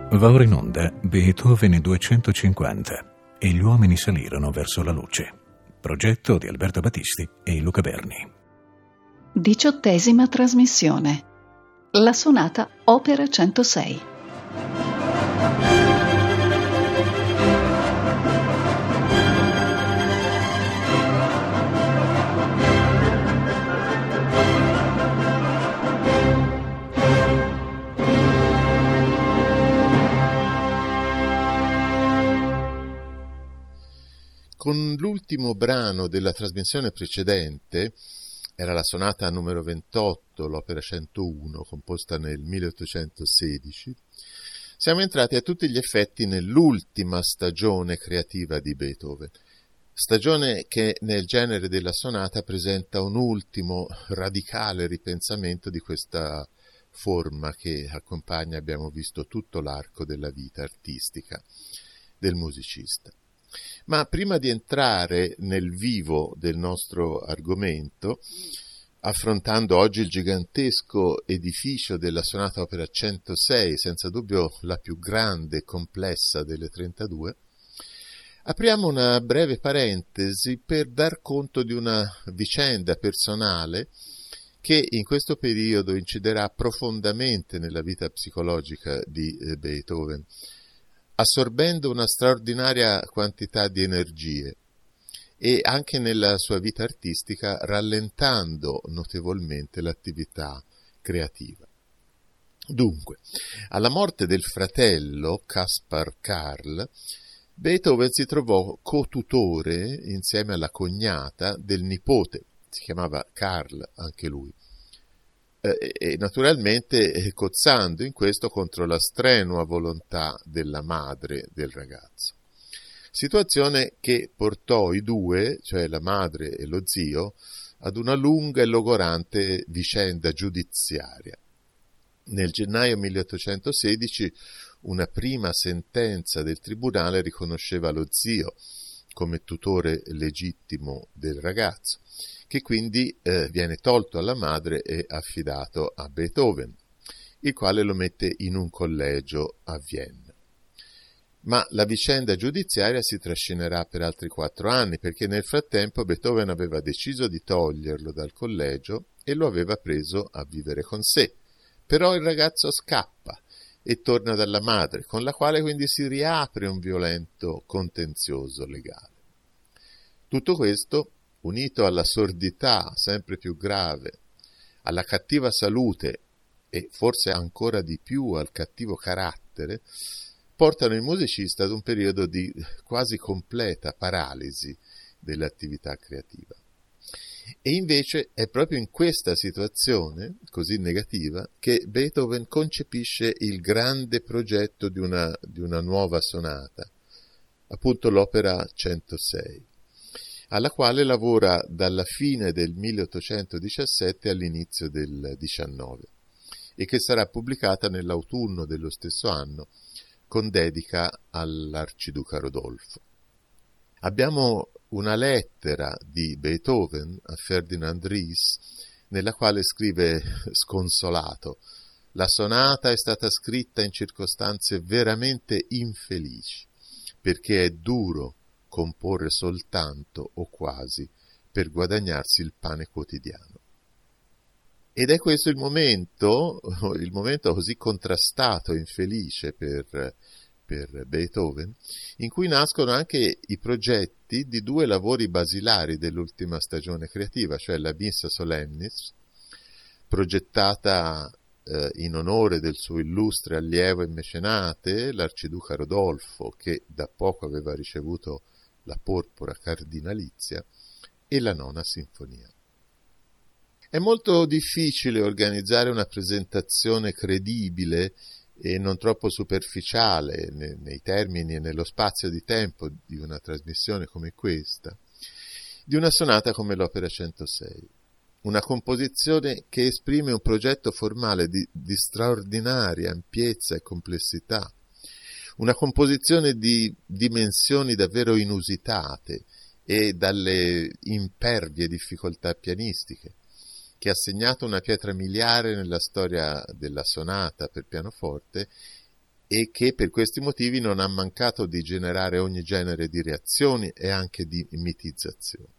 Va ora in onda Beethoven 250 e gli uomini salirono verso la luce. Progetto di Alberto Battisti e Luca Berni. 18ª trasmissione. La sonata Opera 106. Con l'ultimo brano della trasmissione precedente, era la sonata numero 28, l'opera 101, composta nel 1816, siamo entrati a tutti gli effetti nell'ultima stagione creativa di Beethoven, stagione che nel genere della sonata presenta un ultimo radicale ripensamento di questa forma che accompagna, abbiamo visto, tutto l'arco della vita artistica del musicista. Ma prima di entrare nel vivo del nostro argomento, affrontando oggi il gigantesco edificio della sonata opera 106, senza dubbio la più grande e complessa delle 32, apriamo una breve parentesi per dar conto di una vicenda personale che in questo periodo inciderà profondamente nella vita psicologica di Beethoven, assorbendo una straordinaria quantità di energie e anche nella sua vita artistica rallentando notevolmente l'attività creativa. Dunque, alla morte del fratello Caspar Karl, Beethoven si trovò co-tutore insieme alla cognata del nipote, si chiamava Karl anche lui, e naturalmente cozzando in questo contro la strenua volontà della madre del ragazzo. Situazione che portò i due, cioè la madre e lo zio, ad una lunga e logorante vicenda giudiziaria. Nel gennaio 1816 una prima sentenza del tribunale riconosceva lo zio come tutore legittimo del ragazzo, che quindi viene tolto alla madre e affidato a Beethoven, il quale lo mette in un collegio a Vienna. Ma la vicenda giudiziaria si trascinerà per altri 4 anni, perché nel frattempo Beethoven aveva deciso di toglierlo dal collegio e lo aveva preso a vivere con sé. Però il ragazzo scappa e torna dalla madre, con la quale quindi si riapre un violento contenzioso legale. Tutto questo, unito alla sordità sempre più grave, alla cattiva salute e forse ancora di più al cattivo carattere, portano il musicista ad un periodo di quasi completa paralisi dell'attività creativa. E invece è proprio in questa situazione così negativa che Beethoven concepisce il grande progetto di una nuova sonata, appunto l'opera 106. Alla quale lavora dalla fine del 1817 all'inizio del 19 e che sarà pubblicata nell'autunno dello stesso anno con dedica all'arciduca Rodolfo. Abbiamo una lettera di Beethoven a Ferdinand Ries nella quale scrive sconsolato: «La sonata è stata scritta in circostanze veramente infelici, perché è duro comporre soltanto o quasi per guadagnarsi il pane quotidiano». Ed è questo il momento così contrastato e infelice per Beethoven, in cui nascono anche i progetti di 2 lavori basilari dell'ultima stagione creativa, cioè la Missa Solemnis, progettata in onore del suo illustre allievo e mecenate, l'arciduca Rodolfo, che da poco aveva ricevuto la porpora cardinalizia, e la 9ª sinfonia. È molto difficile organizzare una presentazione credibile e non troppo superficiale nei termini e nello spazio di tempo di una trasmissione come questa, di una sonata come l'opera 106. Una composizione che esprime un progetto formale di straordinaria ampiezza e complessità, una composizione di dimensioni davvero inusitate e dalle impervie difficoltà pianistiche, che ha segnato una pietra miliare nella storia della sonata per pianoforte e che per questi motivi non ha mancato di generare ogni genere di reazioni e anche di mitizzazioni.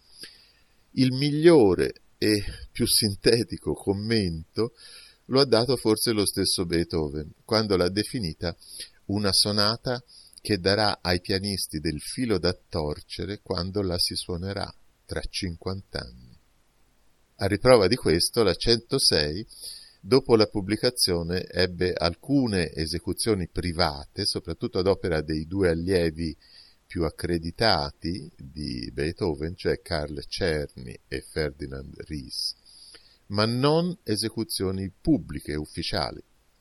Il migliore e più sintetico commento lo ha dato forse lo stesso Beethoven, quando l'ha definita una sonata che darà ai pianisti del filo da torcere quando la si suonerà tra 50 anni. A riprova di questo, la 106, dopo la pubblicazione, ebbe alcune esecuzioni private, soprattutto ad opera dei due allievi più accreditati di Beethoven, cioè Carl Czerny e Ferdinand Ries, ma non esecuzioni pubbliche ufficiali.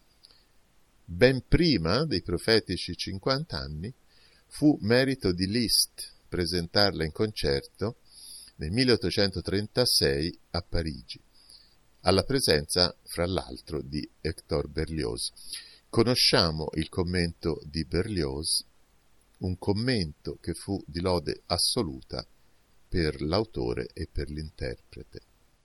Ben prima dei profetici 50 anni fu merito di Liszt presentarla in concerto nel 1836 a Parigi, alla presenza, fra l'altro, di Hector Berlioz. Conosciamo il commento di Berlioz, un commento che fu di lode assoluta per l'autore e per l'interprete.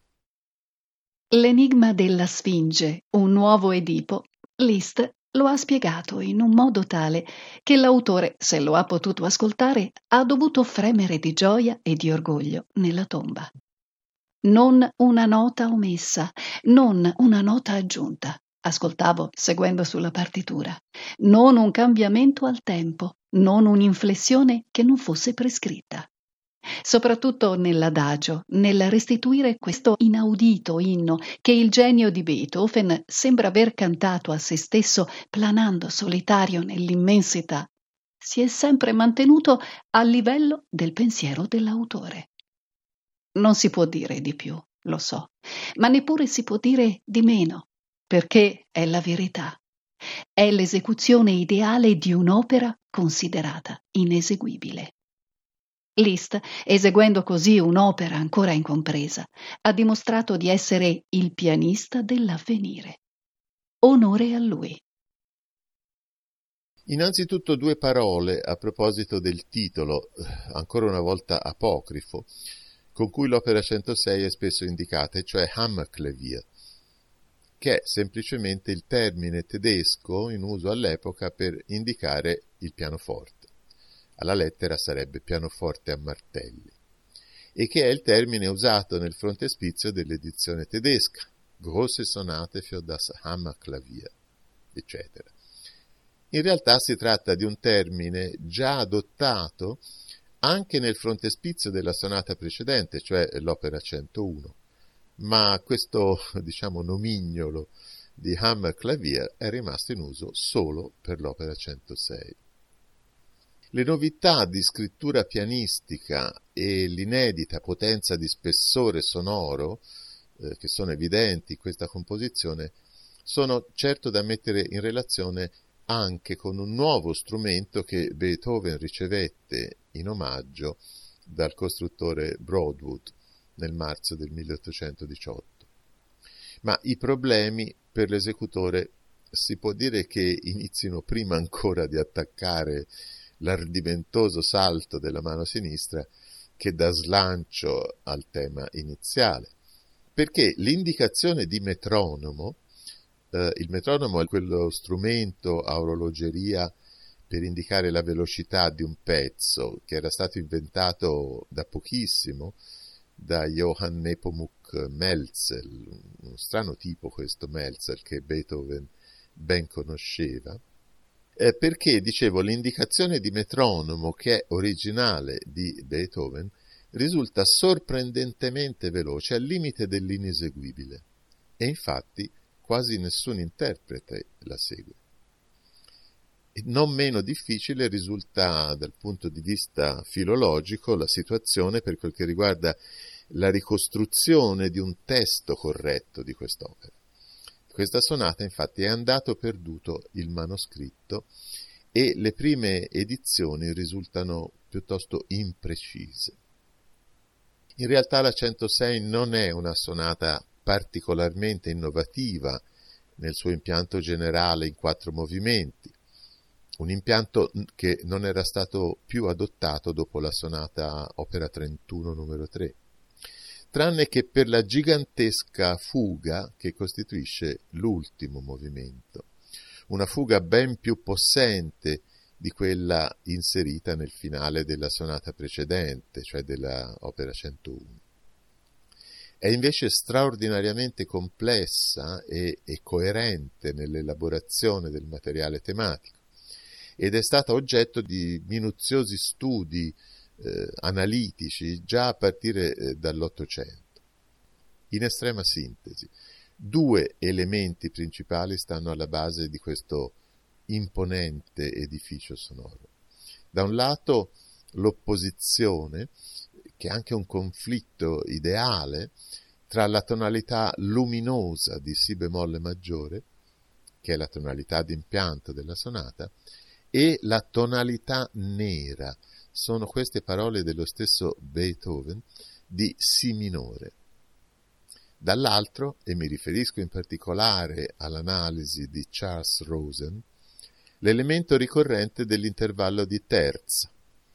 L'enigma della Sfinge, un nuovo Edipo, Liszt lo ha spiegato in un modo tale che l'autore, se lo ha potuto ascoltare, ha dovuto fremere di gioia e di orgoglio nella tomba. Non una nota omessa, non una nota aggiunta. Ascoltavo seguendo sulla partitura. Non un cambiamento al tempo, non un'inflessione che non fosse prescritta. Soprattutto nell'adagio, nel restituire questo inaudito inno che il genio di Beethoven sembra aver cantato a se stesso planando solitario nell'immensità, si è sempre mantenuto a livello del pensiero dell'autore. Non si può dire di più, lo so, ma neppure si può dire di meno, perché è la verità. È l'esecuzione ideale di un'opera considerata ineseguibile. Liszt, eseguendo così un'opera ancora incompresa, ha dimostrato di essere il pianista dell'avvenire. Onore a lui. Innanzitutto due parole a proposito del titolo, ancora una volta apocrifo, con cui l'opera 106 è spesso indicata, cioè Hammerklavier, che è semplicemente il termine tedesco in uso all'epoca per indicare il pianoforte. Alla lettera sarebbe pianoforte a martelli, e che è il termine usato nel frontespizio dell'edizione tedesca, Große Sonate für das Hammerklavier, eccetera. In realtà si tratta di un termine già adottato anche nel frontespizio della sonata precedente, cioè l'opera 101, ma questo, nomignolo di Hammerklavier è rimasto in uso solo per l'opera 106. Le novità di scrittura pianistica e l'inedita potenza di spessore sonoro, che sono evidenti in questa composizione, sono certo da mettere in relazione anche con un nuovo strumento che Beethoven ricevette in omaggio dal costruttore Broadwood nel marzo del 1818. Ma i problemi per l'esecutore si può dire che inizino prima ancora di attaccare l'ardimentoso salto della mano sinistra che dà slancio al tema iniziale, perché l'indicazione di metronomo, il metronomo è quello strumento a orologeria per indicare la velocità di un pezzo che era stato inventato da pochissimo da Johann Nepomuk Melzel, uno strano tipo questo Melzel che Beethoven ben conosceva. Perché, dicevo, l'indicazione di metronomo, che è originale di Beethoven, risulta sorprendentemente veloce, al limite dell'ineseguibile, e infatti quasi nessun interprete la segue. E non meno difficile risulta dal punto di vista filologico la situazione per quel che riguarda la ricostruzione di un testo corretto di quest'opera. Questa sonata infatti è andato perduto il manoscritto e le prime edizioni risultano piuttosto imprecise. In realtà la 106 non è una sonata particolarmente innovativa nel suo impianto generale in 4 movimenti, un impianto che non era stato più adottato dopo la sonata opera 31 numero 3. Tranne che per la gigantesca fuga che costituisce l'ultimo movimento. una fuga ben più possente di quella inserita nel finale della sonata precedente, cioè della opera 101. È invece straordinariamente complessa e coerente nell'elaborazione del materiale tematico ed è stata oggetto di minuziosi studi analitici già a partire dall'Ottocento. In estrema sintesi, due elementi principali stanno alla base di questo imponente edificio sonoro. Da un lato l'opposizione, che è anche un conflitto ideale, tra la tonalità luminosa di Si bemolle maggiore, che è la tonalità d'impianto della sonata, e la tonalità nera, sono queste parole dello stesso Beethoven, di Si minore. Dall'altro, e mi riferisco in particolare all'analisi di Charles Rosen, l'elemento ricorrente dell'intervallo di terza.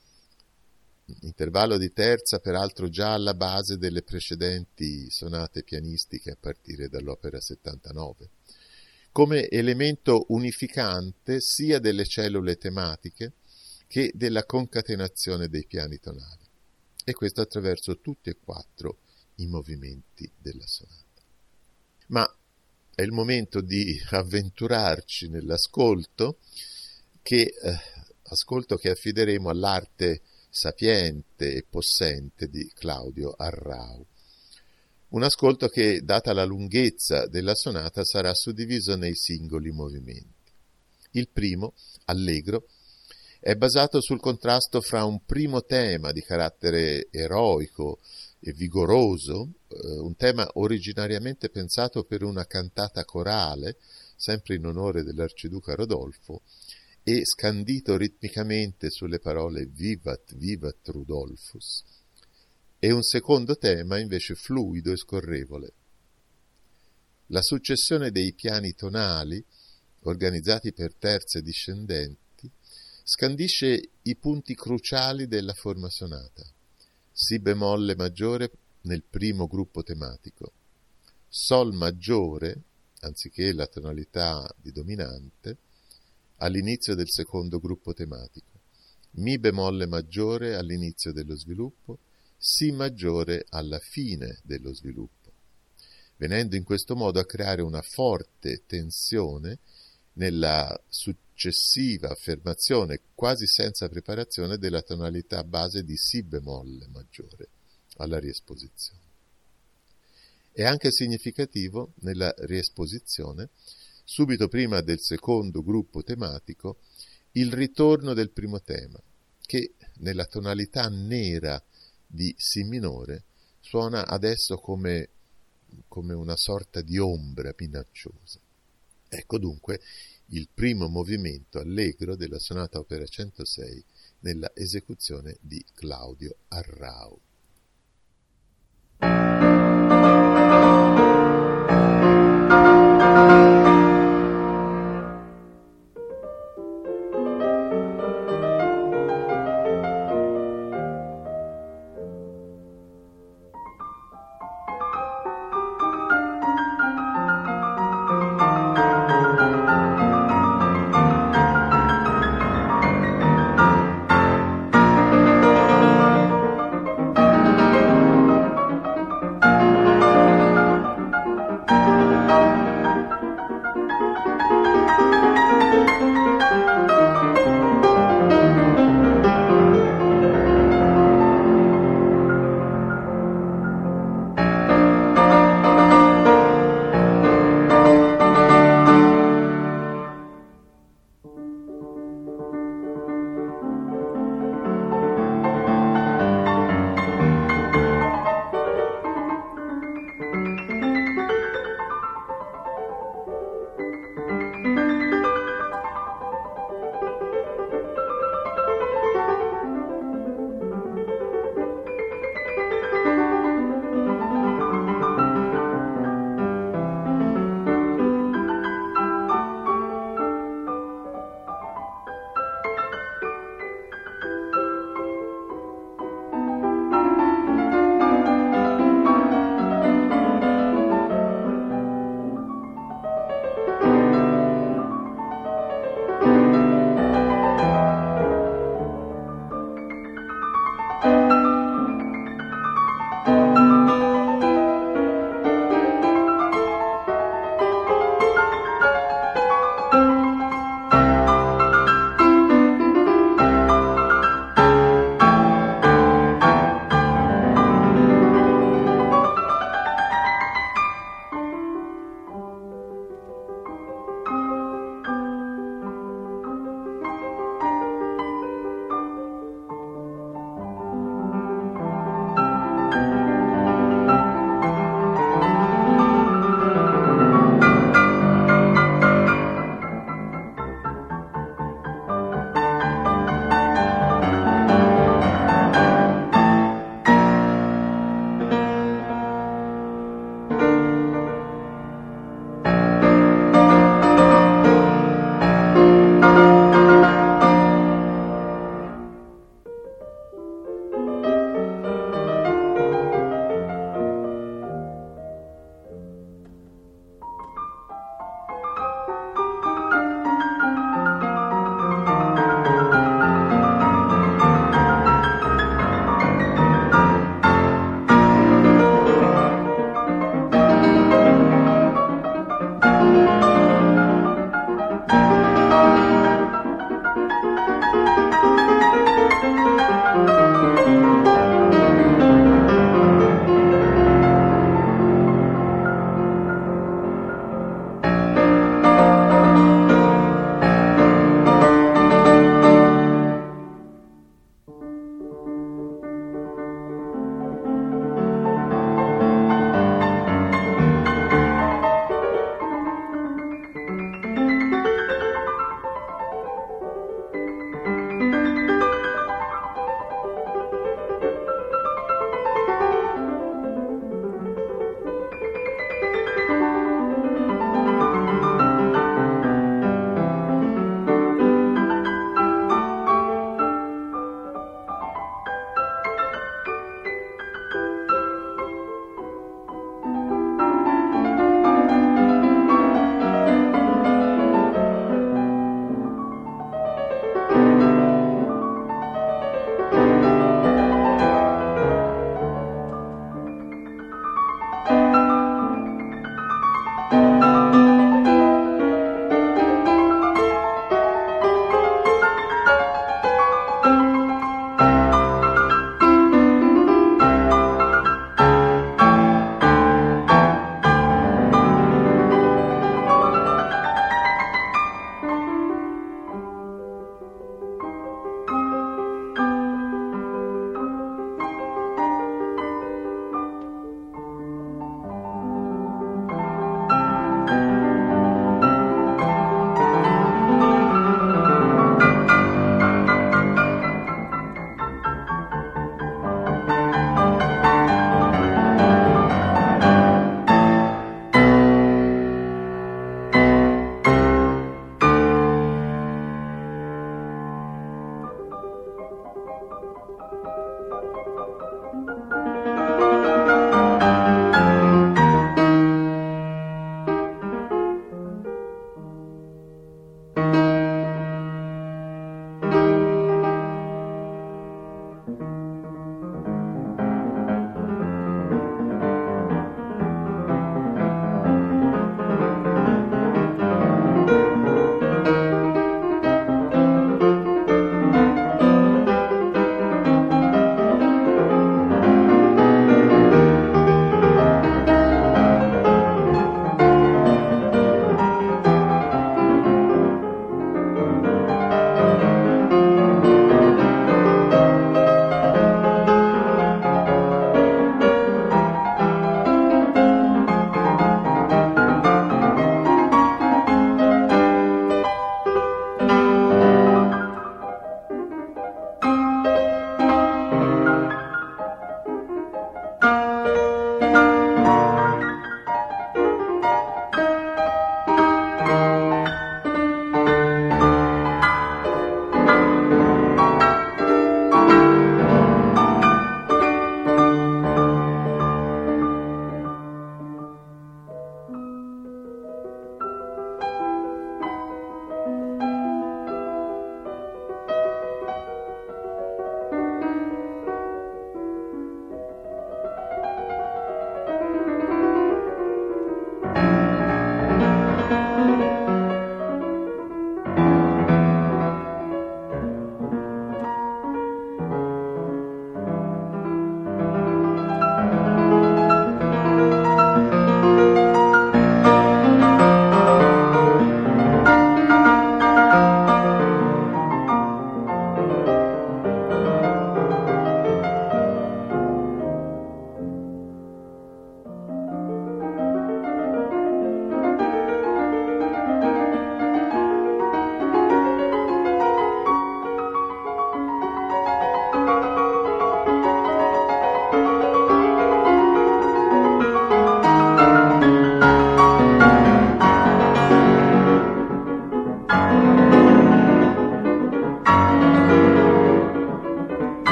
Intervallo di terza, peraltro già alla base delle precedenti sonate pianistiche a partire dall'opera 79, come elemento unificante sia delle cellule tematiche che della concatenazione dei piani tonali, e questo attraverso tutti e quattro i movimenti della sonata. Ma è il momento di avventurarci nell'ascolto, ascolto che affideremo all'arte sapiente e possente di Claudio Arrau. Un ascolto che, data la lunghezza della sonata, sarà suddiviso nei singoli movimenti. Il primo, allegro, è basato sul contrasto fra un primo tema di carattere eroico e vigoroso, un tema originariamente pensato per una cantata corale, sempre in onore dell'arciduca Rodolfo, e scandito ritmicamente sulle parole Vivat, Vivat Rudolphus, e un secondo tema invece fluido e scorrevole. La successione dei piani tonali, organizzati per terze discendenti, scandisce i punti cruciali della forma sonata. Si bemolle maggiore nel primo gruppo tematico, Sol maggiore, anziché la tonalità di dominante, all'inizio del secondo gruppo tematico, Mi bemolle maggiore all'inizio dello sviluppo, Si maggiore alla fine dello sviluppo, venendo in questo modo a creare una forte tensione nella successiva affermazione quasi senza preparazione della tonalità base di Si bemolle maggiore alla riesposizione. È anche significativo nella riesposizione, subito prima del secondo gruppo tematico, il ritorno del primo tema, che nella tonalità nera di Si minore suona adesso come una sorta di ombra minacciosa. Ecco dunque il primo movimento allegro della sonata opera 106 nella esecuzione di Claudio Arrau.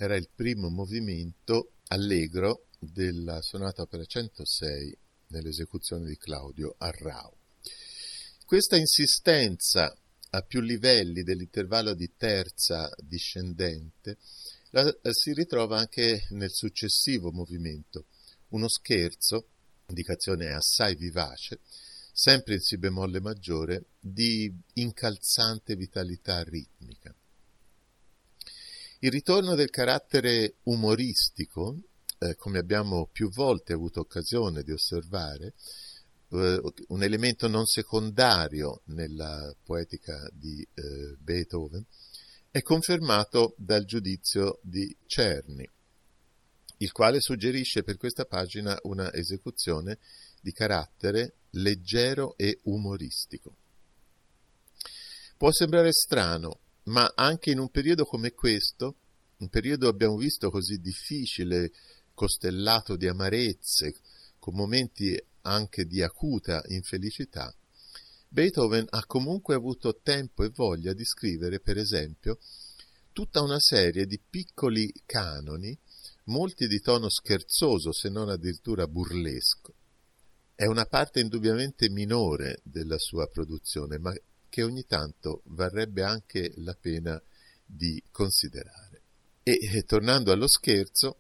era il primo movimento allegro della sonata opera 106 nell'esecuzione di Claudio Arrau. Questa insistenza a più livelli dell'intervallo di terza discendente si ritrova anche nel successivo movimento, uno scherzo, indicazione assai vivace, sempre in si bemolle maggiore, di incalzante vitalità ritmica. Il ritorno del carattere umoristico, come abbiamo più volte avuto occasione di osservare, un elemento non secondario nella poetica di Beethoven, è confermato dal giudizio di Czerny, il quale suggerisce per questa pagina una esecuzione di carattere leggero e umoristico. Può sembrare strano, ma anche in un periodo come questo, un periodo abbiamo visto così difficile, costellato di amarezze, con momenti anche di acuta infelicità, Beethoven ha comunque avuto tempo e voglia di scrivere, per esempio, tutta una serie di piccoli canoni, molti di tono scherzoso, se non addirittura burlesco. È una parte indubbiamente minore della sua produzione, ma che ogni tanto varrebbe anche la pena di considerare. E tornando allo scherzo,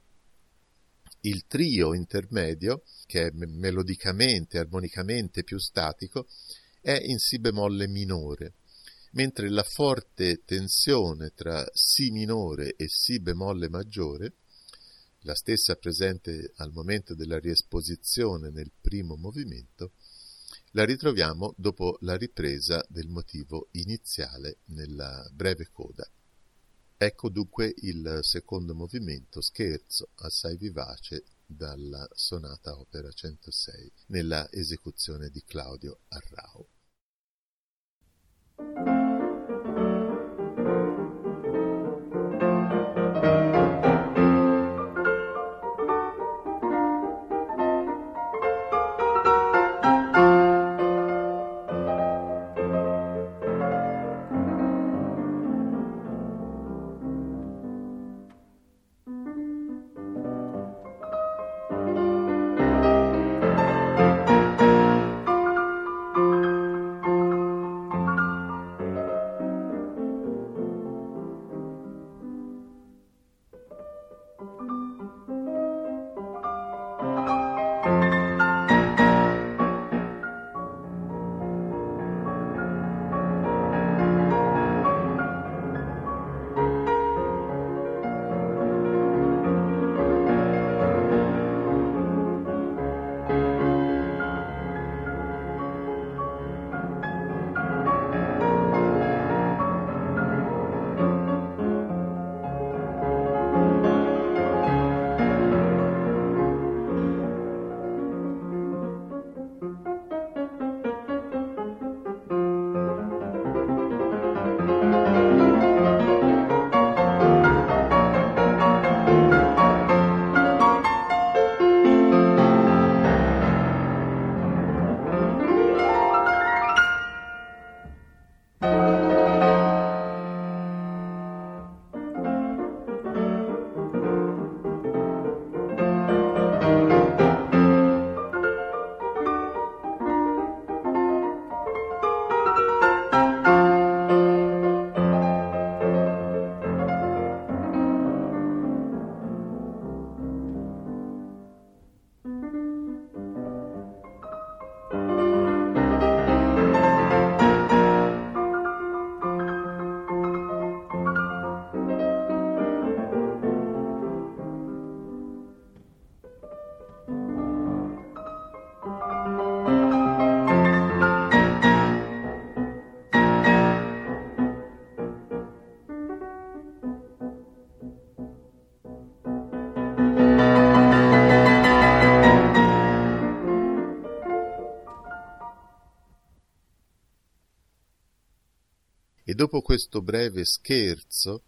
il trio intermedio, che è melodicamente, armonicamente più statico, è in si bemolle minore, mentre la forte tensione tra si minore e si bemolle maggiore, la stessa presente al momento della riesposizione nel primo movimento, la ritroviamo dopo la ripresa del motivo iniziale nella breve coda. Ecco dunque il secondo movimento, scherzo assai vivace, dalla sonata opera 106 nella esecuzione di Claudio Arrau. E dopo questo breve scherzo,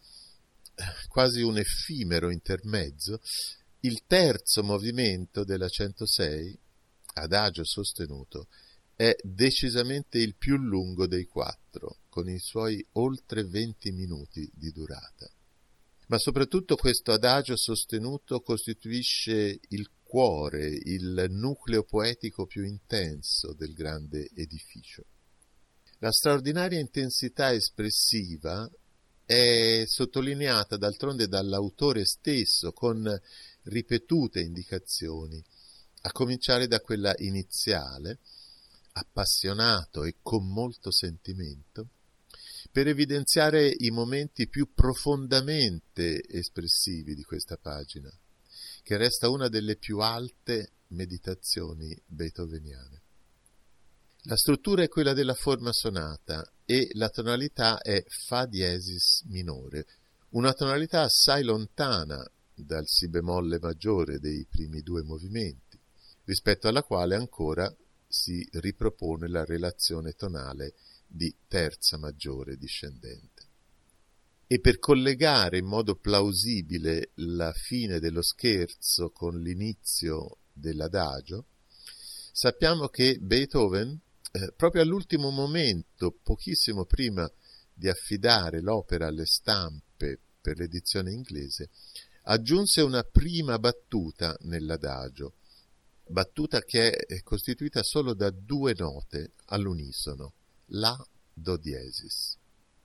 quasi un effimero intermezzo, il terzo movimento della 106, adagio sostenuto, è decisamente il più lungo dei quattro, con i suoi oltre 20 minuti di durata. ma soprattutto questo adagio sostenuto costituisce il cuore, il nucleo poetico più intenso del grande edificio. La straordinaria intensità espressiva è sottolineata d'altronde dall'autore stesso con ripetute indicazioni, a cominciare da quella iniziale, appassionato e con molto sentimento, per evidenziare i momenti più profondamente espressivi di questa pagina, che resta una delle più alte meditazioni beethoveniane. La struttura è quella della forma sonata e la tonalità è Fa diesis minore, una tonalità assai lontana dal Si bemolle maggiore dei primi due movimenti, rispetto alla quale ancora si ripropone la relazione tonale di terza maggiore discendente. E per collegare in modo plausibile la fine dello scherzo con l'inizio dell'adagio, sappiamo che Beethoven, proprio all'ultimo momento, pochissimo prima di affidare l'opera alle stampe per l'edizione inglese, aggiunse una prima battuta nell'adagio, battuta che è costituita solo da due note all'unisono, La, Do diesis.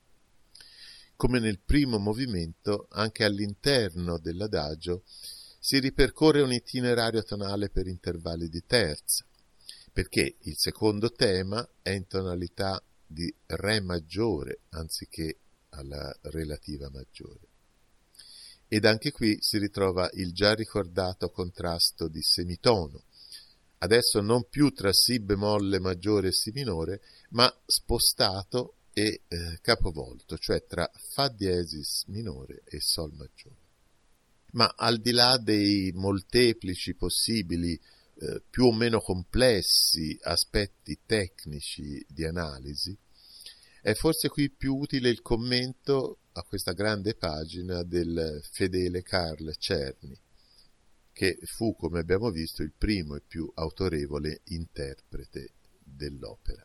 Come nel primo movimento, anche all'interno dell'adagio si ripercorre un itinerario tonale per intervalli di terza, perché il secondo tema è in tonalità di Re maggiore anziché alla relativa maggiore. Ed anche qui si ritrova il già ricordato contrasto di semitono, adesso non più tra Si bemolle maggiore e Si minore, ma spostato e capovolto, cioè tra Fa diesis minore e Sol maggiore. Ma al di là dei molteplici possibili, più o meno complessi aspetti tecnici di analisi, è forse qui più utile il commento a questa grande pagina del fedele Carl Czerny, che fu, come abbiamo visto, il primo e più autorevole interprete dell'opera.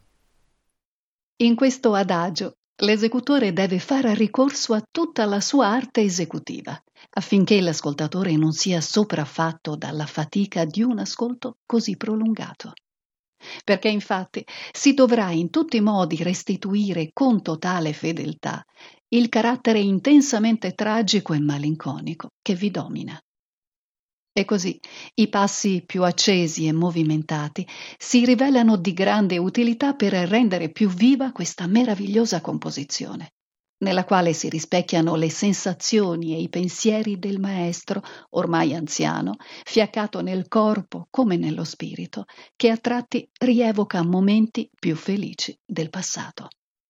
In questo adagio, l'esecutore deve fare ricorso a tutta la sua arte esecutiva, affinché l'ascoltatore non sia sopraffatto dalla fatica di un ascolto così prolungato. Perché infatti si dovrà in tutti i modi restituire con totale fedeltà il carattere intensamente tragico e malinconico che vi domina. E così i passi più accesi e movimentati si rivelano di grande utilità per rendere più viva questa meravigliosa composizione, nella quale si rispecchiano le sensazioni e i pensieri del maestro, ormai anziano, fiaccato nel corpo come nello spirito, che a tratti rievoca momenti più felici del passato.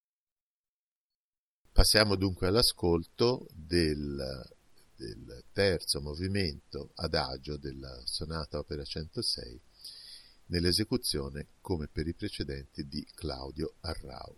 Passiamo dunque all'ascolto del terzo movimento adagio della sonata opera 106 nell'esecuzione, come per i precedenti, di Claudio Arrau.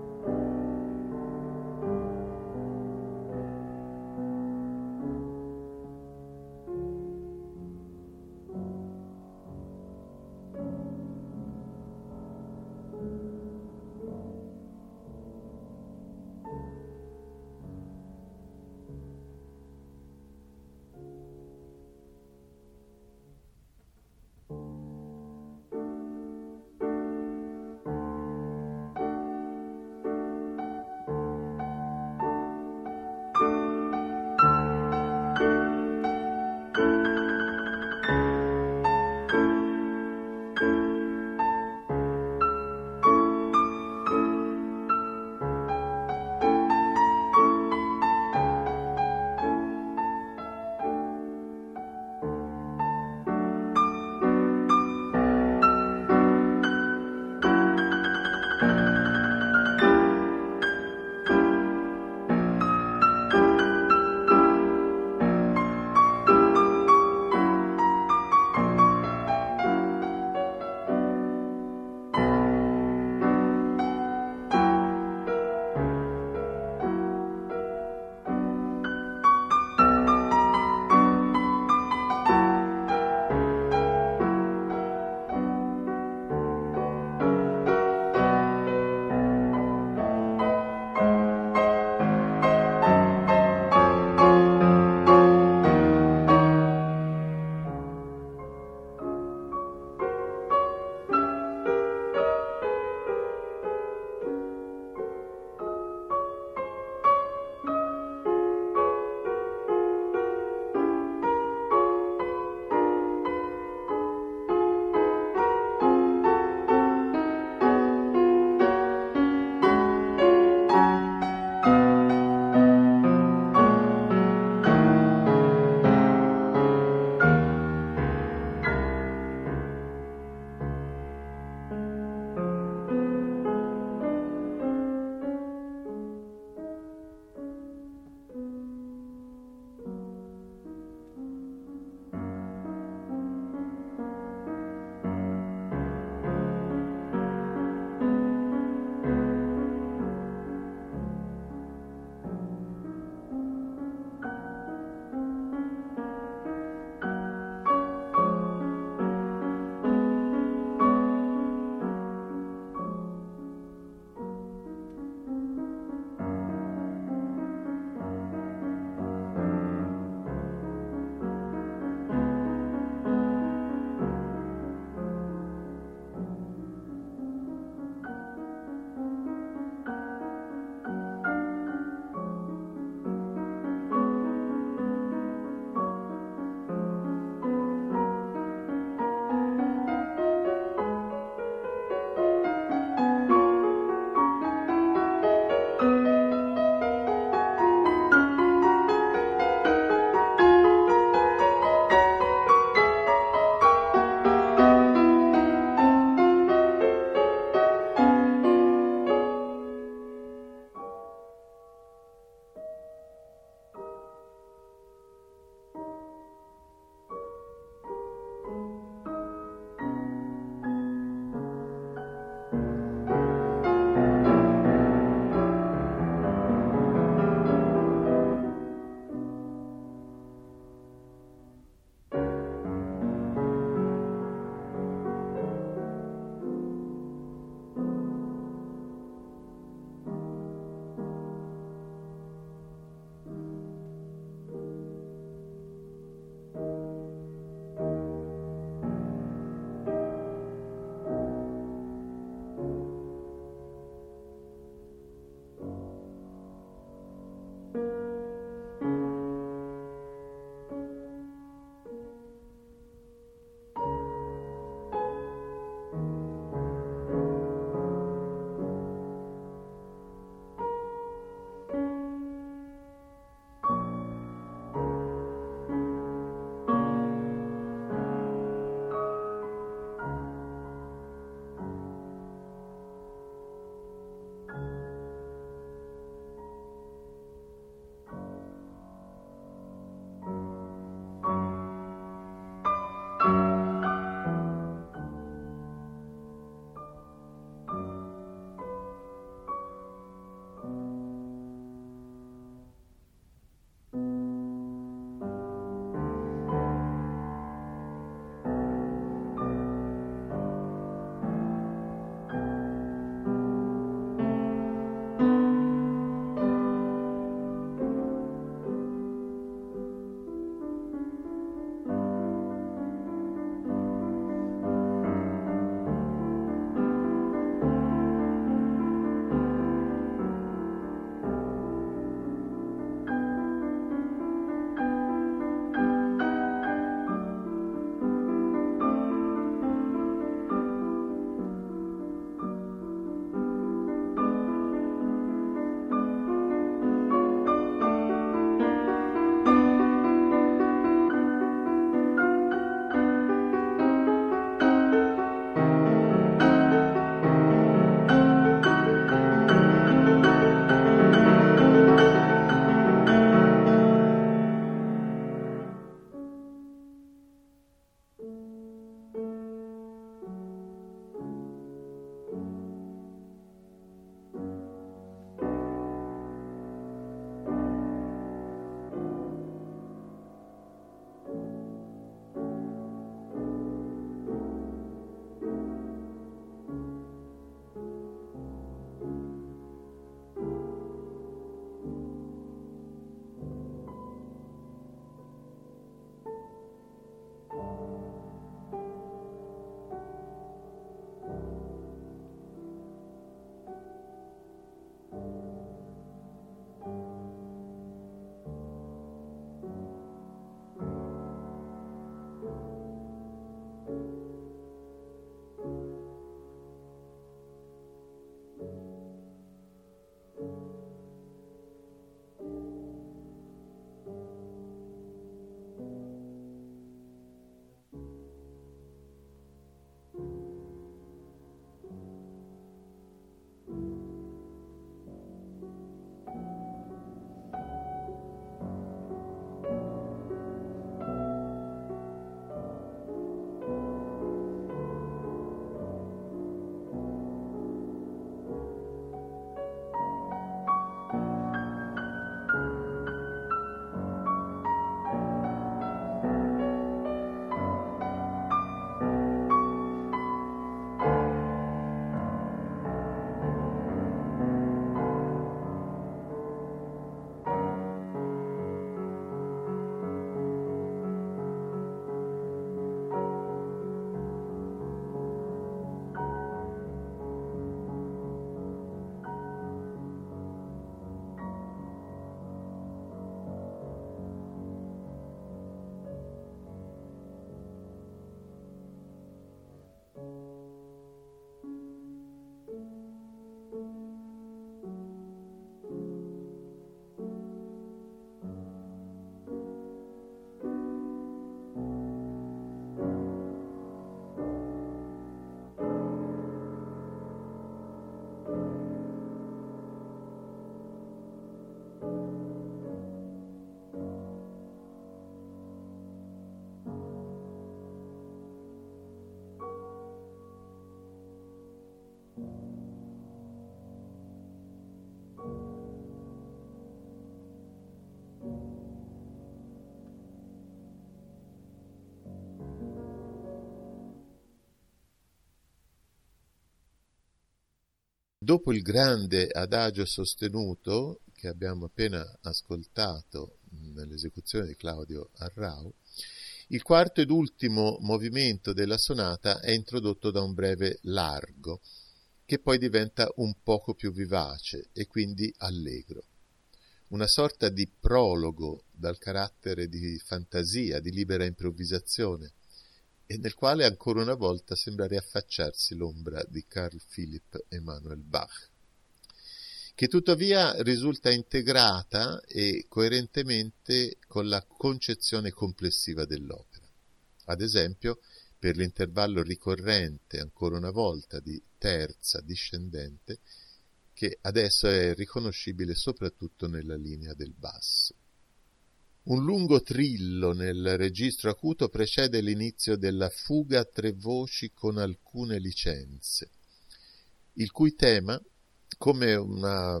Dopo il grande adagio sostenuto che abbiamo appena ascoltato nell'esecuzione di Claudio Arrau, il quarto ed ultimo movimento della sonata è introdotto da un breve largo, che poi diventa un poco più vivace e quindi allegro. Una sorta di prologo dal carattere di fantasia, di libera improvvisazione, e nel quale ancora una volta sembra riaffacciarsi l'ombra di Carl Philipp Emanuel Bach, che tuttavia risulta integrata e coerentemente con la concezione complessiva dell'opera. Ad esempio, per l'intervallo ricorrente, ancora una volta, di terza discendente, che adesso è riconoscibile soprattutto nella linea del basso. Un lungo trillo nel registro acuto precede l'inizio della fuga a tre voci con alcune licenze, il cui tema, come una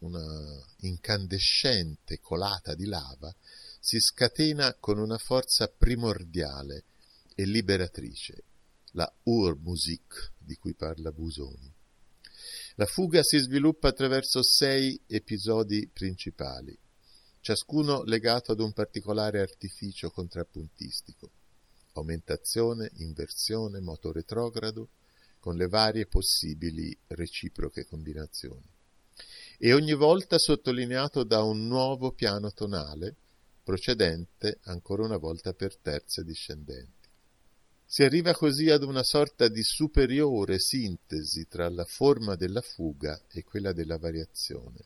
incandescente colata di lava, si scatena con una forza primordiale e liberatrice, la Urmusik di cui parla Busoni. La fuga si sviluppa attraverso 6 episodi principali, ciascuno legato ad un particolare artificio contrappuntistico: aumentazione, inversione, moto retrogrado, con le varie possibili reciproche combinazioni, e ogni volta sottolineato da un nuovo piano tonale, procedente ancora una volta per terze discendenti. Si arriva così ad una sorta di superiore sintesi tra la forma della fuga e quella della variazione.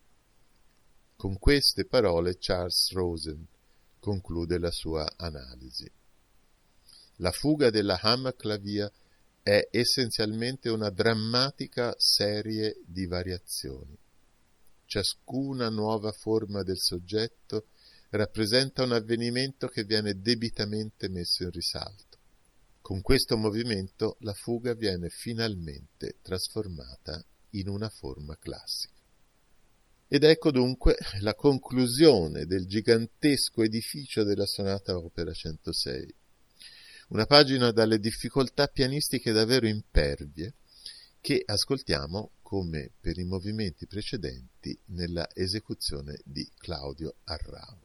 Con queste parole Charles Rosen conclude la sua analisi. La fuga della Hammerklavier è essenzialmente una drammatica serie di variazioni. Ciascuna nuova forma del soggetto rappresenta un avvenimento che viene debitamente messo in risalto. Con questo movimento la fuga viene finalmente trasformata in una forma classica. Ed ecco dunque la conclusione del gigantesco edificio della sonata opera 106. Una pagina dalle difficoltà pianistiche davvero impervie, che ascoltiamo come per i movimenti precedenti nella esecuzione di Claudio Arrau.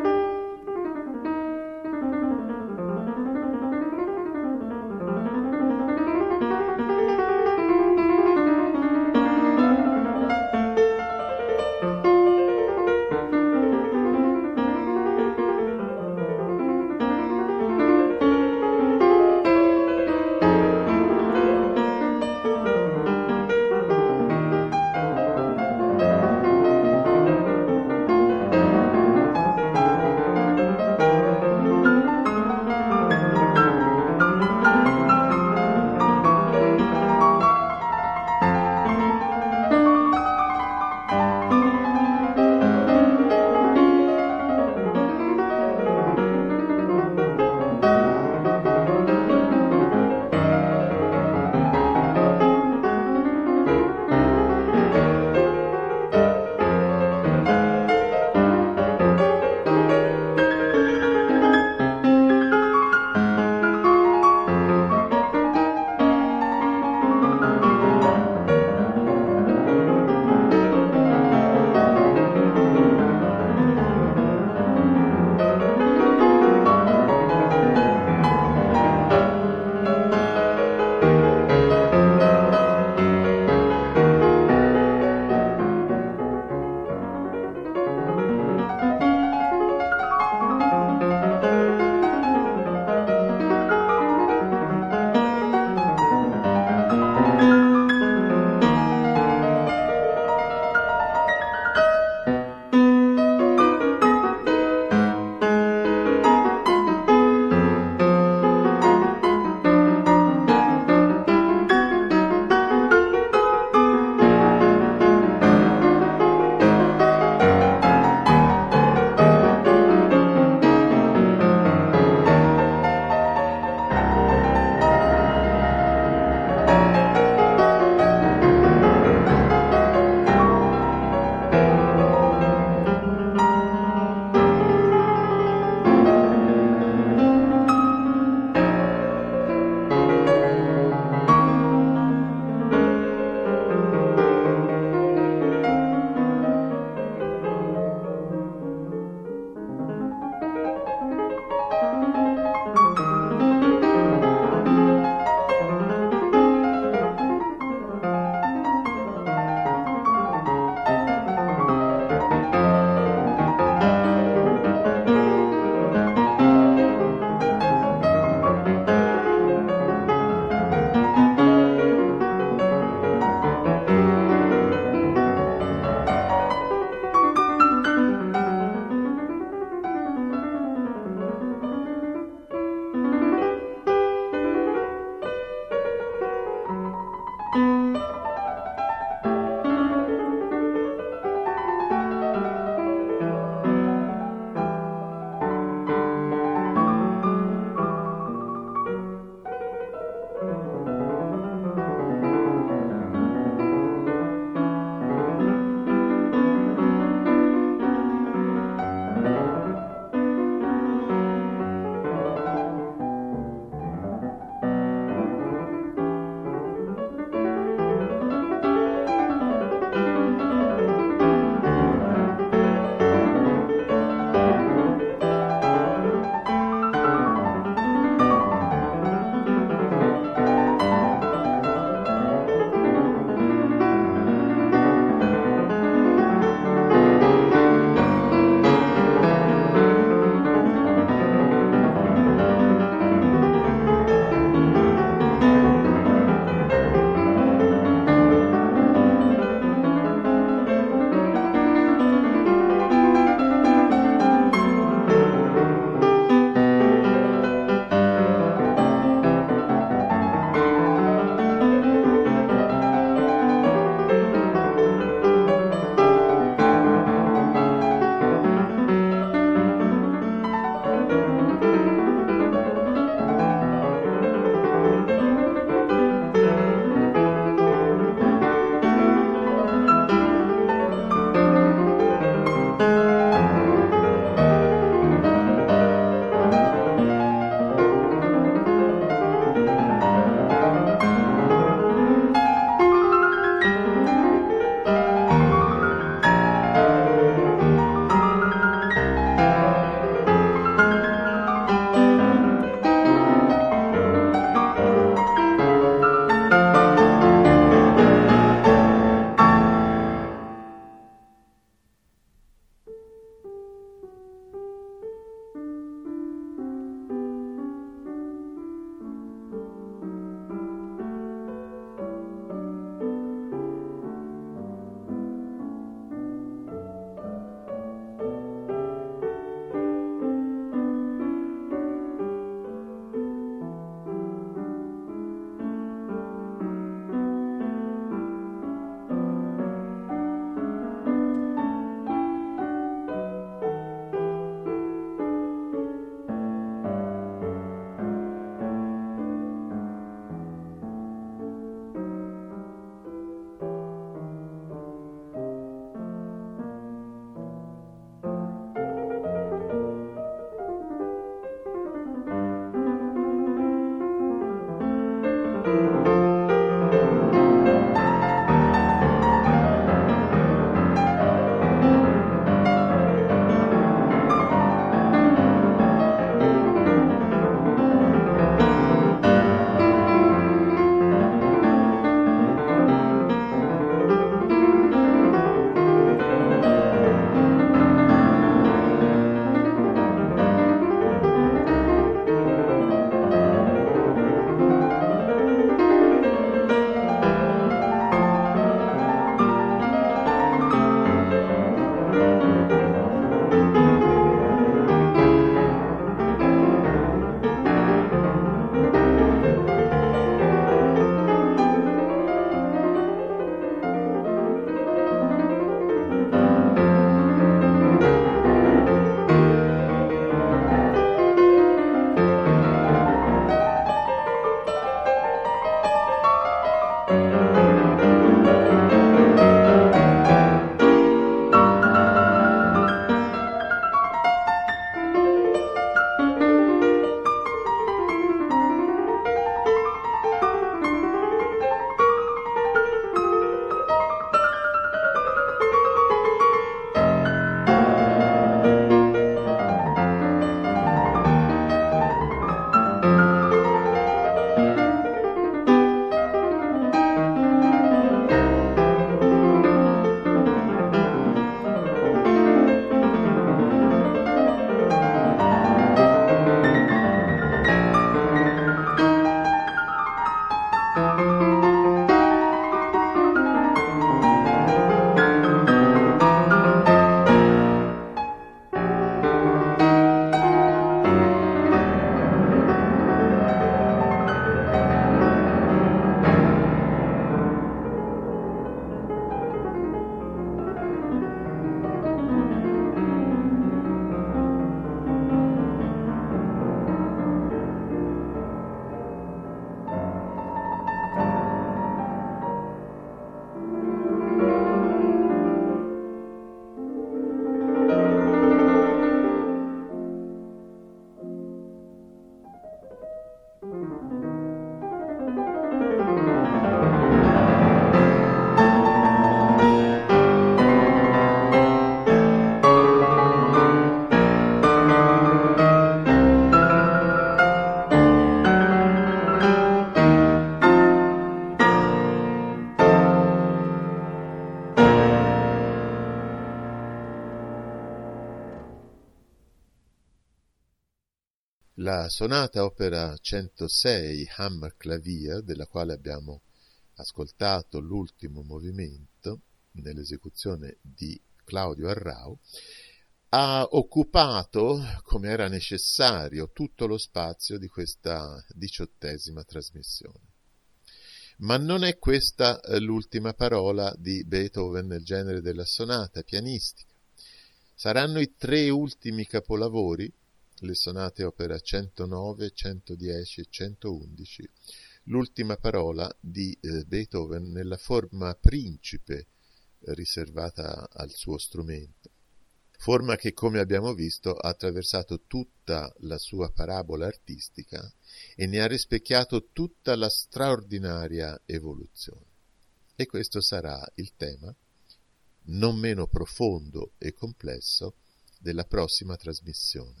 La sonata opera 106 Hammerklavier, della quale abbiamo ascoltato l'ultimo movimento nell'esecuzione di Claudio Arrau, ha occupato, come era necessario, tutto lo spazio di questa 18ª trasmissione. Ma non è questa l'ultima parola di Beethoven nel genere della sonata pianistica. Saranno i 3 ultimi capolavori, le sonate opera 109, 110 e 111, l'ultima parola di Beethoven nella forma principe riservata al suo strumento. Forma che, come abbiamo visto, ha attraversato tutta la sua parabola artistica e ne ha rispecchiato tutta la straordinaria evoluzione. E questo sarà il tema, non meno profondo e complesso, della prossima trasmissione.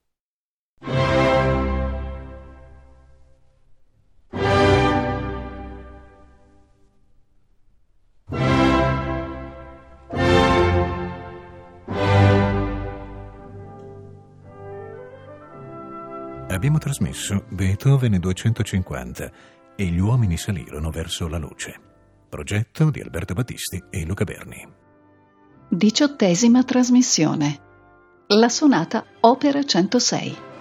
Abbiamo trasmesso Beethoven 250 e gli uomini salirono verso la luce. Progetto di Alberto Battisti e Luca Berni. 18ª trasmissione. La sonata opera 106.